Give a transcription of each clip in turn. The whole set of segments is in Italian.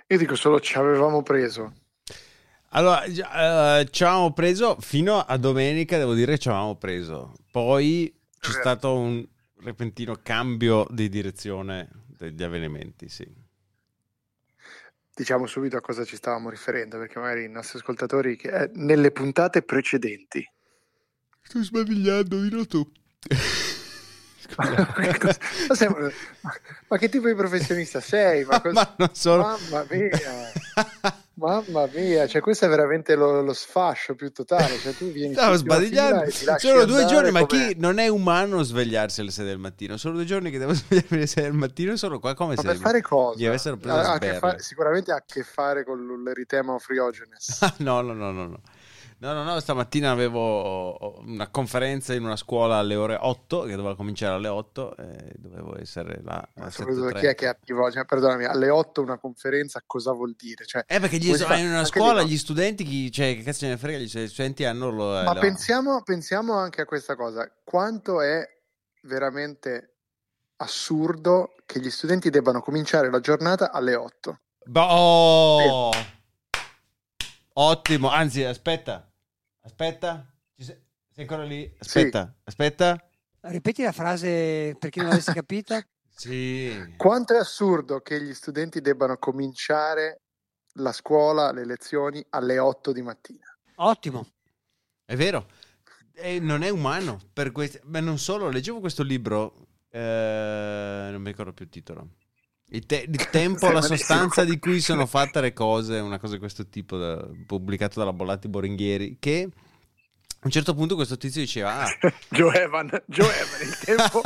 Io dico solo ci avevamo preso. Allora, ci avevamo preso fino a domenica, devo dire, ci avevamo preso. Poi È c'è vero. stato un repentino cambio di direzione degli avvenimenti, sì. Diciamo subito a cosa ci stavamo riferendo, perché magari i nostri ascoltatori, nelle puntate precedenti. Sto sbadigliando, dillo tu. Scusa. Che cosa- ma, ma che tipo di professionista sei? Ma non sono... Mamma mia, mamma mia, cioè questo è veramente lo sfascio più totale, cioè tu vieni su Stavo ultima fila sbadigliando. e ti lasci Sono 2 giorni, andare ma chi come... non è umano svegliarsi alle 6 del mattino? Sono 2 giorni che devo svegliarmi alle 6 del mattino e sono qua come Ma per se fare mi cosa? avessero preso a sberle. Sicuramente ha a che fare con l'eritema of Friogenes. No, no, no, no, no. No, no, no, stamattina avevo una conferenza in una scuola alle ore 8, che doveva cominciare alle 8, e dovevo essere là Ma alle soprattutto chi è che 7:30. attivò? Cioè, perdonami, alle 8 una conferenza cosa vuol dire? Cioè, Perché come si fa? in una Anche lì scuola no. gli studenti, cioè, che cazzo ce ne frega, gli studenti hanno Ma pensiamo anche a questa cosa. Quanto è veramente assurdo che gli studenti debbano cominciare la giornata alle 8? Fermo. Oh! Ottimo, anzi, aspetta, aspetta, sei ancora lì? Sì. Aspetta. Ripeti la frase per chi non l'avesse capita. Sì. Quanto è assurdo che gli studenti debbano cominciare la scuola, le lezioni alle 8 di mattina. Ottimo. È vero, non è umano per questo. Ma non solo, leggevo questo libro, non mi ricordo più il titolo. Il tempo, Sei la malissimo. sostanza di cui sono fatte le cose, una cosa di questo tipo, pubblicato dalla Bollatti Borenghieri, che a un certo punto questo tizio diceva, Joe Evan, il tempo.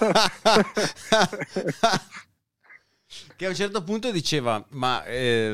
che a un certo punto diceva, ma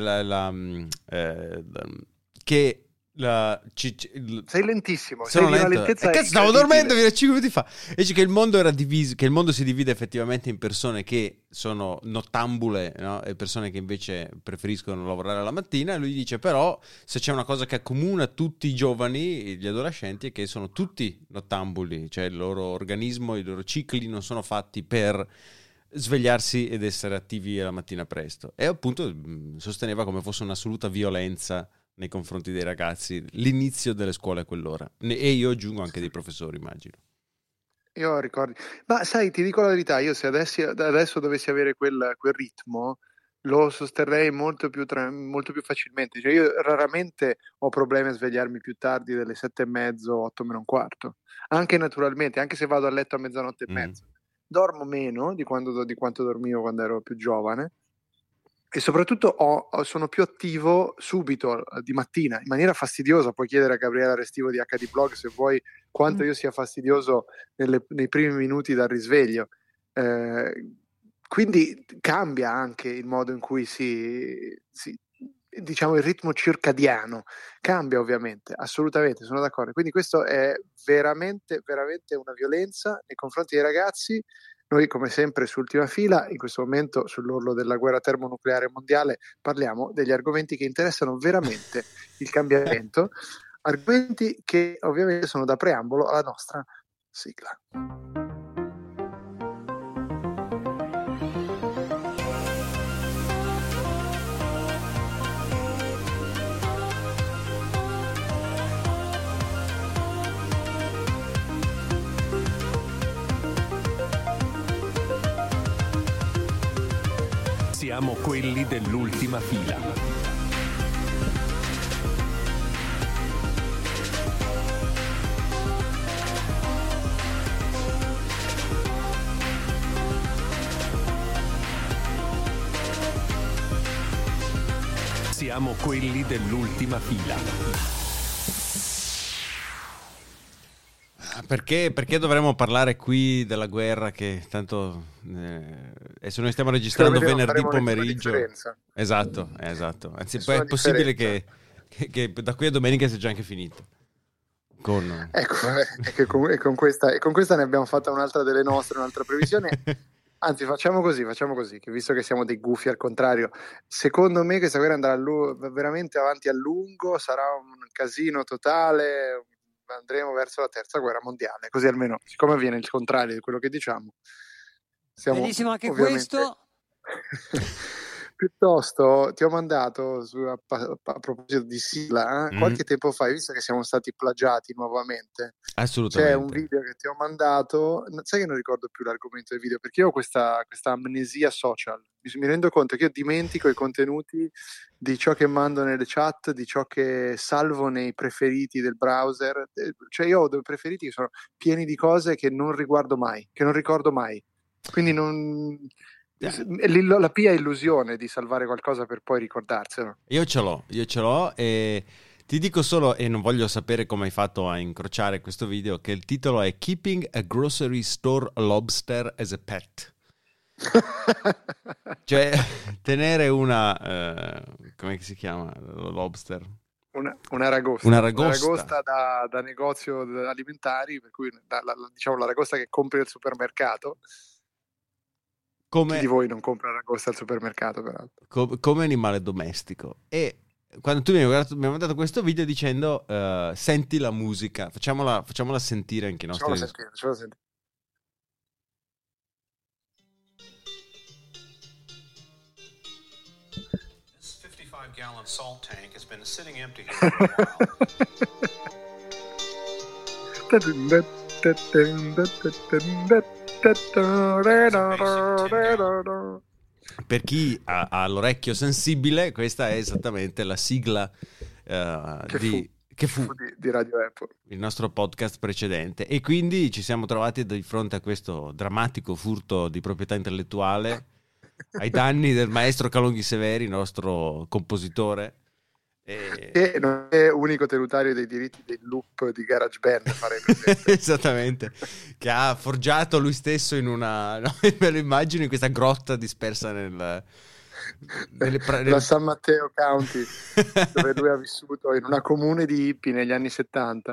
che sei lentissimo, sei sono di una lento. E lentezza cazzo, stavo dormendo incredibile. fino a 5 minuti fa. E dice che il mondo era diviso, che il mondo si divide effettivamente in persone che sono nottambule, no? E persone che invece preferiscono lavorare la mattina. E lui dice, però, se c'è una cosa che accomuna tutti i giovani, gli adolescenti, è che sono tutti nottambuli, cioè il loro organismo, i loro cicli non sono fatti per svegliarsi ed essere attivi la mattina presto. E appunto sosteneva come fosse un'assoluta violenza nei confronti dei ragazzi l'inizio delle scuole a quell'ora. E io aggiungo anche dei professori, immagino. Io ricordo, ma sai, ti dico la verità, io se adesso dovessi avere quel ritmo, lo sosterrei molto più facilmente. Cioè, io raramente ho problemi a svegliarmi più tardi delle 7:30, 8 meno un quarto. Anche naturalmente, anche se vado a letto a mezzanotte e Mm. mezza. Dormo meno di quanto dormivo quando ero più giovane. E soprattutto sono più attivo subito di mattina, in maniera fastidiosa. Puoi chiedere a Gabriela Restivo di HD Blog se vuoi quanto io sia fastidioso nei primi minuti dal risveglio. Quindi cambia anche il modo in cui diciamo il ritmo circadiano cambia, ovviamente, assolutamente, sono d'accordo. Quindi questo è veramente, veramente una violenza nei confronti dei ragazzi. Noi, come sempre, su Ultima Fila, in questo momento, sull'orlo della guerra termonucleare mondiale, parliamo degli argomenti che interessano veramente il cambiamento, argomenti che ovviamente sono da preambolo alla nostra sigla. Siamo quelli dell'ultima fila. Siamo quelli dell'ultima fila. Perché dovremmo parlare qui della guerra che tanto e se noi stiamo registrando Sicuramente non venerdì faremo nessuna pomeriggio, differenza. esatto, anzi poi Nessuna è possibile differenza. che da qui a domenica sia già anche finito con Ecco, e con questa ne abbiamo fatta un'altra delle nostre, un'altra previsione. Anzi, facciamo così, che visto che siamo dei gufi al contrario, secondo me questa guerra andrà veramente avanti a lungo, sarà un casino totale, andremo verso la terza guerra mondiale, così almeno, siccome avviene il contrario di quello che diciamo, siamo Bellissimo anche ovviamente... questo. Piuttosto ti ho mandato a proposito di sigla, qualche tempo fa, hai visto che siamo stati plagiati nuovamente? Assolutamente. C'è un video che ti ho mandato, sai che non ricordo più l'argomento del video perché io ho questa amnesia social, mi rendo conto che io dimentico i contenuti di ciò che mando nelle chat, di ciò che salvo nei preferiti del browser, cioè io ho dei preferiti che sono pieni di cose che non riguardo mai, che non ricordo mai, quindi la pia illusione di salvare qualcosa per poi ricordarselo. Io ce l'ho e ti dico solo, e non voglio sapere come hai fatto a incrociare questo video, che il titolo è Keeping a Grocery Store Lobster as a Pet. Cioè tenere una come si chiama lobster? Una ragosta. Una ragosta. Una ragosta da negozio alimentari, per cui diciamo la ragosta che compri al supermercato. Chi di voi non compra ragosta al supermercato, peraltro? Come animale domestico. E quando tu mi hai mandato questo video dicendo senti la musica, facciamola sentire anche i nostri... Facciamola sentire. This 55-gallon salt tank has been sitting empty here for a while. Per chi ha l'orecchio sensibile, questa è esattamente la sigla di Radio Apple, il nostro podcast precedente, e quindi ci siamo trovati di fronte a questo drammatico furto di proprietà intellettuale ai danni del maestro Calonghi Severi, nostro compositore. Che non è unico tenutario dei diritti del loop di GarageBand, esattamente, che ha forgiato lui stesso in una me lo immagino in questa grotta dispersa nella San Matteo County, dove lui ha vissuto in una comune di hippie negli anni 70.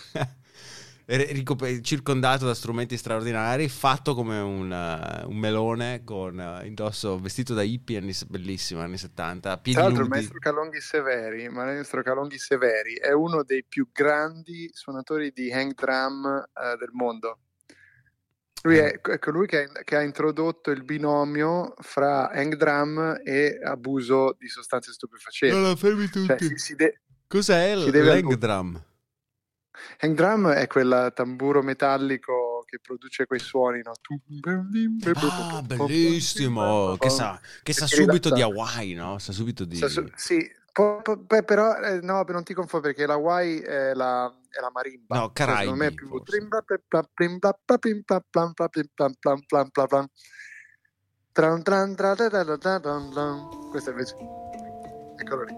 Circondato da strumenti straordinari, fatto come un melone, con indosso vestito da hippie, bellissimo, anni 70, piedi tra l'altro nudi. Il maestro Calonghi Severi è uno dei più grandi suonatori di hang drum del mondo. Lui è colui che ha introdotto il binomio fra hang drum e abuso di sostanze stupefacenti. No, fermi tutti. Cioè, cos'è l'hang drum? Hang drum è quel tamburo metallico che produce quei suoni, no? Ah, bellissimo! Che sa subito di Hawaii, no? Sa subito di... Sì, però no, non ti confondo, perché la Hawaii è la marimba. No, Caraibi, secondo me è più... Questo invece... Eccolo lì.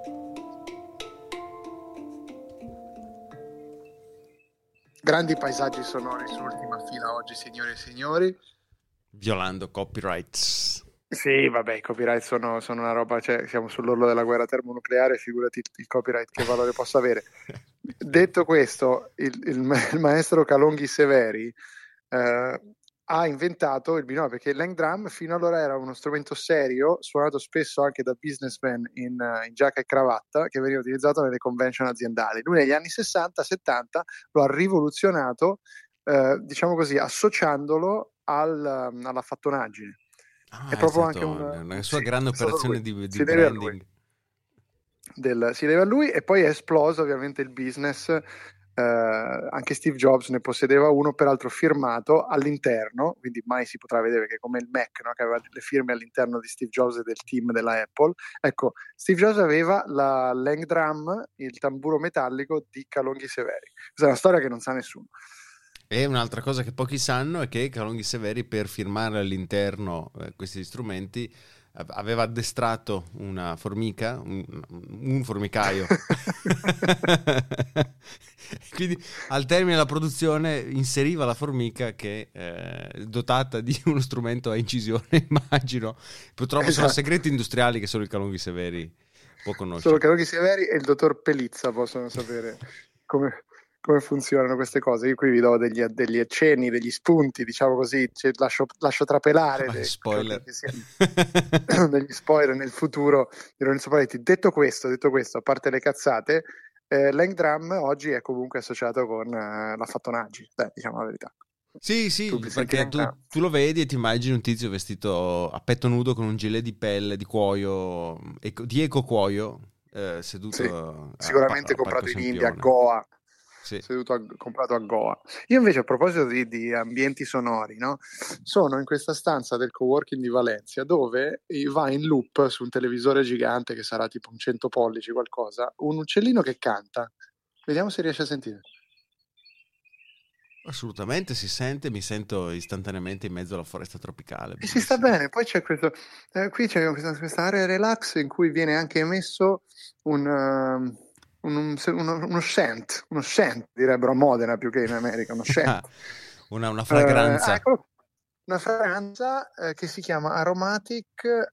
Grandi paesaggi sonori sull'ultima fila oggi, signore e signori. Violando copyrights. Sì, vabbè, i copyright sono una roba, cioè siamo sull'orlo della guerra termonucleare, figurati il copyright che valore possa avere. Detto questo, il maestro Calonghi Severi ha inventato il binomio, perché l'hang drum fino allora era uno strumento serio, suonato spesso anche da businessmen in giacca e cravatta, che veniva utilizzato nelle convention aziendali. Lui negli anni 60-70 lo ha rivoluzionato, diciamo così, associandolo alla fattonaggine. È proprio anche una sua grande operazione di branding. Si deve a lui, e poi è esploso ovviamente il business. Anche Steve Jobs ne possedeva uno, peraltro firmato all'interno, quindi mai si potrà vedere, perché come il Mac, no, che aveva le firme all'interno di Steve Jobs e del team della Apple. Ecco, Steve Jobs aveva l'hang drum, il tamburo metallico di Calonghi Severi. Questa è una storia che non sa nessuno. E un'altra cosa che pochi sanno è che Calonghi Severi, per firmare all'interno questi strumenti, aveva addestrato una formica, un formicaio. Quindi al termine della produzione inseriva la formica che dotata di uno strumento a incisione, immagino. Purtroppo sono segreti industriali che solo il Calonghi Severi può conoscere. Solo Calonghi Severi e il dottor Pelizza possono sapere come funzionano queste cose. Io qui vi do degli accenni, degli spunti, diciamo così, lascio trapelare spoiler. degli spoiler nel futuro di Lorenzo Paletti. Detto questo, a parte le cazzate, l'hang drum oggi è comunque associato con la fattonaggine, diciamo la verità. Sì, perché tu lo vedi e ti immagini un tizio vestito a petto nudo con un gilet di pelle, di cuoio, di ecocuoio, seduto Sì, sicuramente a Parco comprato in India, a Sempione. Goa. Sì. Comprato a Goa. Io invece, a proposito di ambienti sonori, no? Sono in questa stanza del coworking di Valencia dove va in loop su un televisore gigante che sarà tipo un 100 pollici qualcosa, un uccellino che canta. Vediamo se riesci a sentire. Assolutamente si sente, mi sento istantaneamente in mezzo alla foresta tropicale. E si sta bene. Poi c'è questo, qui c'è questa area relax in cui viene anche emesso uno scent, direbbero a Modena più che in America, uno scent. una fragranza. Eccolo, una fragranza che si chiama Aromatic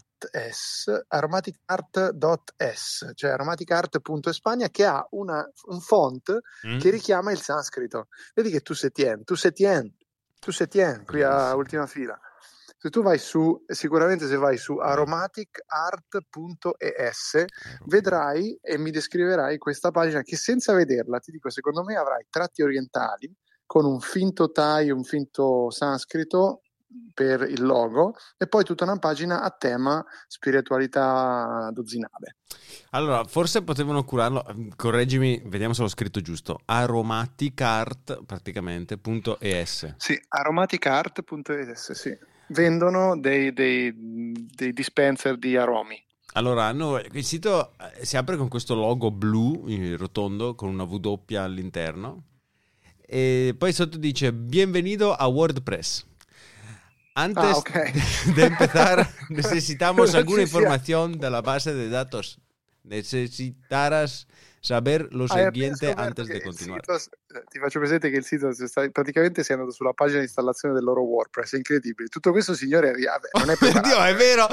Art.s, cioè aromaticart.espagna, che ha un font che richiama il sanscrito. Vedi che tu sei tien qui a ultima fila. Se tu vai sicuramente se vai su aromaticart.es vedrai e mi descriverai questa pagina che, senza vederla, ti dico, secondo me avrai tratti orientali con un finto Thai, un finto sanscrito per il logo, e poi tutta una pagina a tema spiritualità dozzinale. Allora, forse potevano curarlo, correggimi, vediamo se l'ho scritto giusto. Aromaticart praticamente .es. Sì, aromaticart.es, sì. Vendono dei dispenser di aromi. Allora, il sito si apre con questo logo blu rotondo con una W all'interno e poi sotto dice bienvenido a WordPress. Antes de empezar, necesitamos alguna información de la base de datos. Necesitarás saber lo siguiente antes di continuare. Ti faccio presente che il sito praticamente sei andato sulla pagina di installazione del loro WordPress, è incredibile. Tutto questo, signore, non è preparato. Oddio, è vero!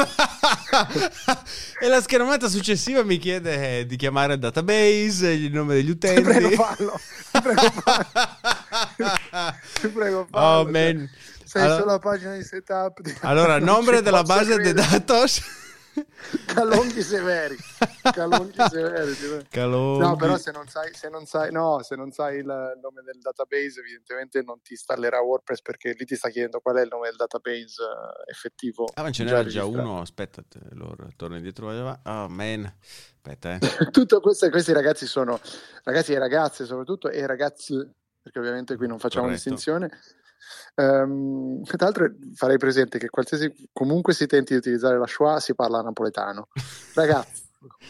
E la schermata successiva mi chiede di chiamare il database, il nome degli utenti. Ti prego, fallo. Oh, man. Sei sulla pagina di setup. Allora, nombre della base de datos. Calonghi severi. No, però se non sai il nome del database, evidentemente non ti installerà WordPress, perché lì ti sta chiedendo qual è il nome del database effettivo. Ma ce n'era già uno, aspetta, torno indietro. Oh man, aspetta. Tutto questi ragazzi sono ragazzi e ragazze soprattutto, e ragazzi, perché ovviamente qui non facciamo distinzione. Tra l'altro farei presente che comunque si tenti di utilizzare la schwa, si parla napoletano. Ragazzi.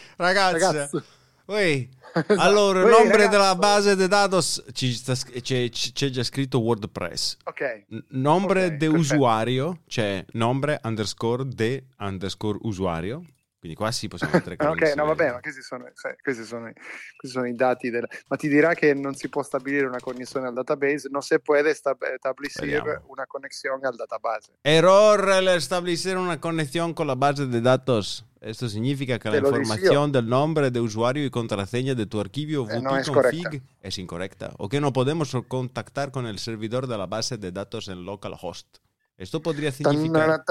Allora, il nome della base de datos c'è già scritto WordPress. Ok. Nome de usuario, c'è nome _ usuario. Quindi qua sì, possiamo mettere ok, no, vabbè, ma questi sono i dati ma ti dirà che non si può stabilire una connessione al database, no se puede establecer una conexión al database. Error establecer una conexión con la base de datos. Esto significa que la información del nombre de usuario y contraseña de tu archivio wp-config es incorrecta, o que no podemos contactar con el servidor de la base de datos en localhost. Esto podría significar...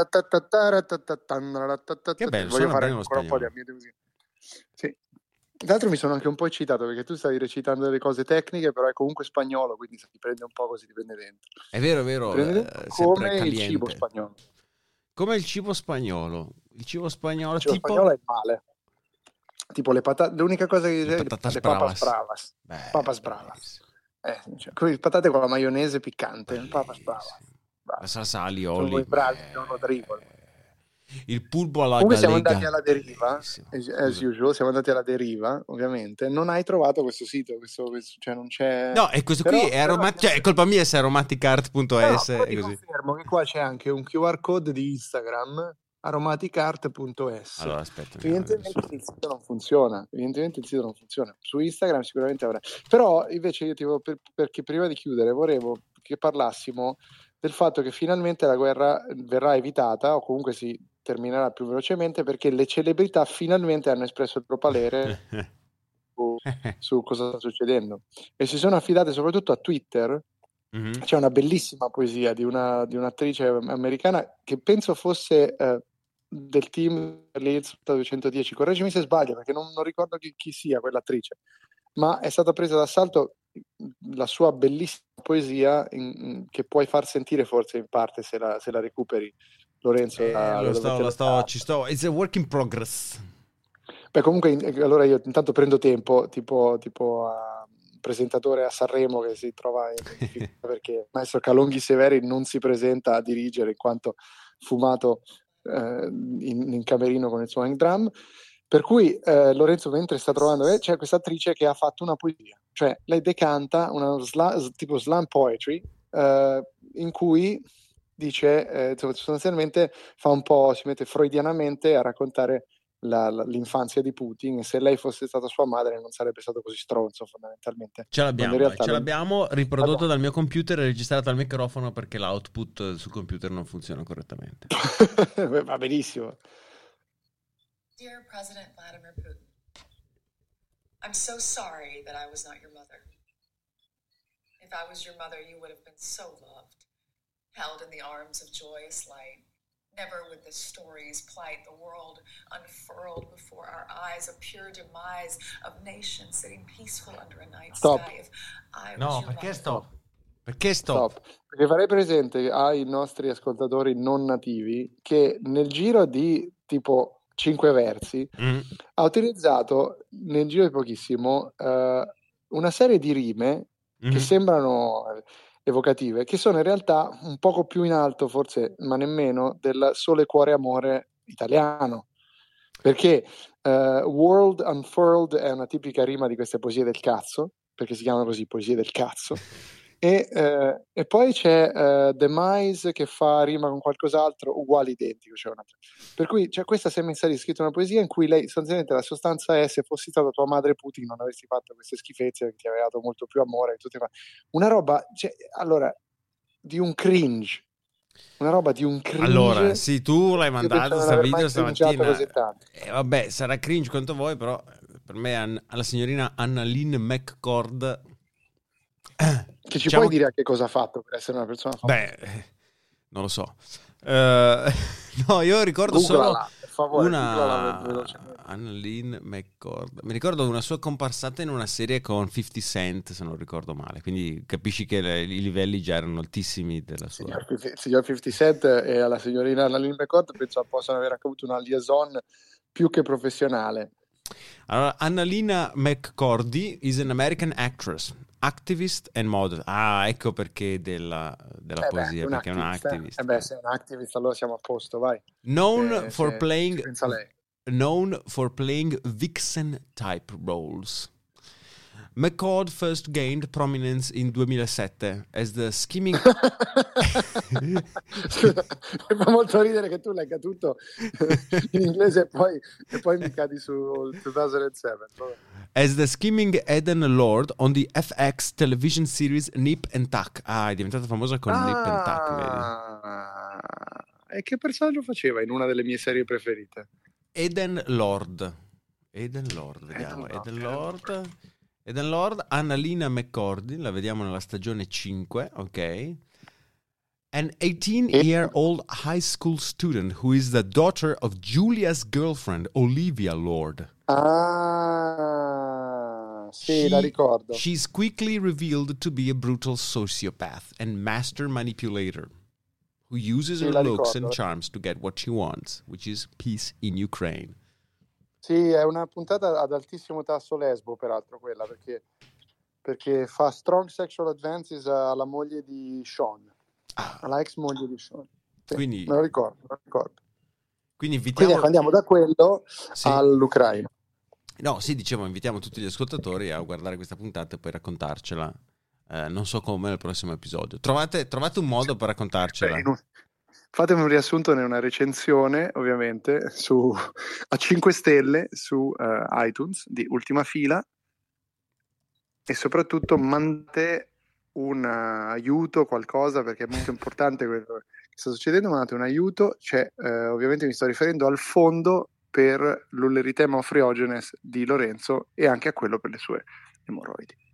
Che bello, voglio fare bene ancora un po' di ambiente musica. Sì. Tra l'altro mi sono anche un po' eccitato perché tu stavi recitando delle cose tecniche, però è comunque spagnolo, quindi se ti prende un po' così ti prende dentro. È vero. Come il cibo spagnolo. Come il cibo spagnolo. Il cibo spagnolo spagnolo è male. Tipo le patate, l'unica cosa che le papas bravas. Papas bravas. Con le patate con la maionese piccante, papas bravas. La salsa alioli. Sono i bravi, non Rodrigo. Il pulpo alla Comunque gallega. Siamo andati alla deriva, as usual, siamo andati alla deriva, ovviamente. Non hai trovato questo sito, cioè non c'è... No, e questo qui è cioè, è colpa mia se è aromaticart.es e così. Confermo che qua c'è anche un QR code di Instagram, aromaticart.es. Allora, aspetta. Evidentemente il sito non funziona. Su Instagram sicuramente avrà. Però invece io perché prima di chiudere volevo che parlassimo del fatto che finalmente la guerra verrà evitata, o comunque si terminerà più velocemente, perché le celebrità finalmente hanno espresso il proprio parere su cosa sta succedendo, e si sono affidate soprattutto a Twitter. Mm-hmm. C'è una bellissima poesia di un'attrice americana che penso fosse del team Leeds 210, correggimi se sbaglio perché non ricordo chi sia quell'attrice, ma è stata presa d'assalto la sua bellissima poesia che puoi far sentire forse in parte se la recuperi, Lorenzo. It's a work in progress. Beh, comunque, allora io intanto prendo tempo, tipo a presentatore a Sanremo che si trova perché il maestro Calonghi Severi non si presenta a dirigere in quanto fumato in camerino con il suo hang drum. Per cui Lorenzo, mentre sta trovando, c'è questa attrice che ha fatto una poesia, cioè lei decanta una tipo slam poetry, in cui dice, sostanzialmente fa un po', si mette freudianamente a raccontare l'infanzia di Putin, e se lei fosse stata sua madre non sarebbe stato così stronzo, fondamentalmente. Ce l'abbiamo riprodotto dal mio computer e registrato al microfono perché l'output sul computer non funziona correttamente. Va benissimo. Dear President Vladimir Putin, I'm so sorry that I was not your mother. If I was your mother, you would have been so loved, held in the arms of joyous light. Never would the stories plight the world unfurled before our eyes, a pure demise of nations sitting peaceful under a night sky. If I was your mother. Perché stop? Perché farei presente ai nostri ascoltatori non nativi che nel giro di tipo 5 versi ha utilizzato nel giro di pochissimo una serie di rime che sembrano evocative, che sono in realtà un poco più in alto, forse, ma nemmeno, del Sole Cuore Amore italiano, perché World Unfurled è una tipica rima di queste poesie del cazzo, perché si chiamano così, poesie del cazzo, e poi c'è Demise che fa rima con qualcos'altro uguale, identico, cioè per cui questa sembra essere scritta una poesia in cui lei, sostanzialmente, la sostanza è: se fossi stata tua madre Putin non avresti fatto queste schifezze, perché ti aveva dato molto più amore, una roba, allora, di un cringe, allora, sì, tu l'hai mandato sta video stamattina, vabbè, sarà cringe quanto vuoi, però per me alla signorina Annalyn McCord, che ci puoi dire a che cosa ha fatto per essere una persona famosa? Beh, non lo so. No, io ricordo solo una Annalyn McCord. Mi ricordo una sua comparsata in una serie con 50 Cent, se non ricordo male. Quindi capisci che i livelli già erano altissimi della sua. Signor 50 Cent e alla signorina Annalyn McCord penso possano aver avuto una liaison più che professionale. Allora, Annalyn McCordy is an American actress, activist and model. Ah, ecco perché della poesia, perché è un activist. Se è un activist, allora siamo a posto, vai. Known for playing vixen type roles. McCord first gained prominence in 2007 as the scheming. Scusa, fa molto ridere che tu legga tutto in inglese e poi mi cadi sul 2007. As the scheming Eden Lord on the FX television series Nip and Tuck. Ah, è diventata famosa con Nip and Tuck, vedi? E che personaggio faceva in una delle mie serie preferite? Eden Lord, vediamo. Eden Lord, Annalyn McCordy, la vediamo nella stagione 5, ok? An 18-year-old high school student who is the daughter of Julia's girlfriend, Olivia Lord. Sì, la ricordo. She's quickly revealed to be a brutal sociopath and master manipulator who uses her looks and charms to get what she wants, which is peace in Ukraine. Sì, è una puntata ad altissimo tasso lesbo, peraltro, quella, perché fa strong sexual advances alla moglie di Sean, alla ex moglie di Sean. Sì, quindi, me lo ricordo. Quindi andiamo da quello all'Ucraina. No, sì, invitiamo tutti gli ascoltatori a guardare questa puntata e poi raccontarcela. Non so come nel prossimo episodio. Trovate un modo per raccontarcela. Fatemi un riassunto in una recensione, ovviamente, a 5 stelle su iTunes di Ultima Fila, e soprattutto mandate un aiuto, qualcosa, perché è molto importante quello che sta succedendo. Mandate un aiuto, ovviamente mi sto riferendo al fondo per l'ureritema friogenes di Lorenzo e anche a quello per le sue emorroidi.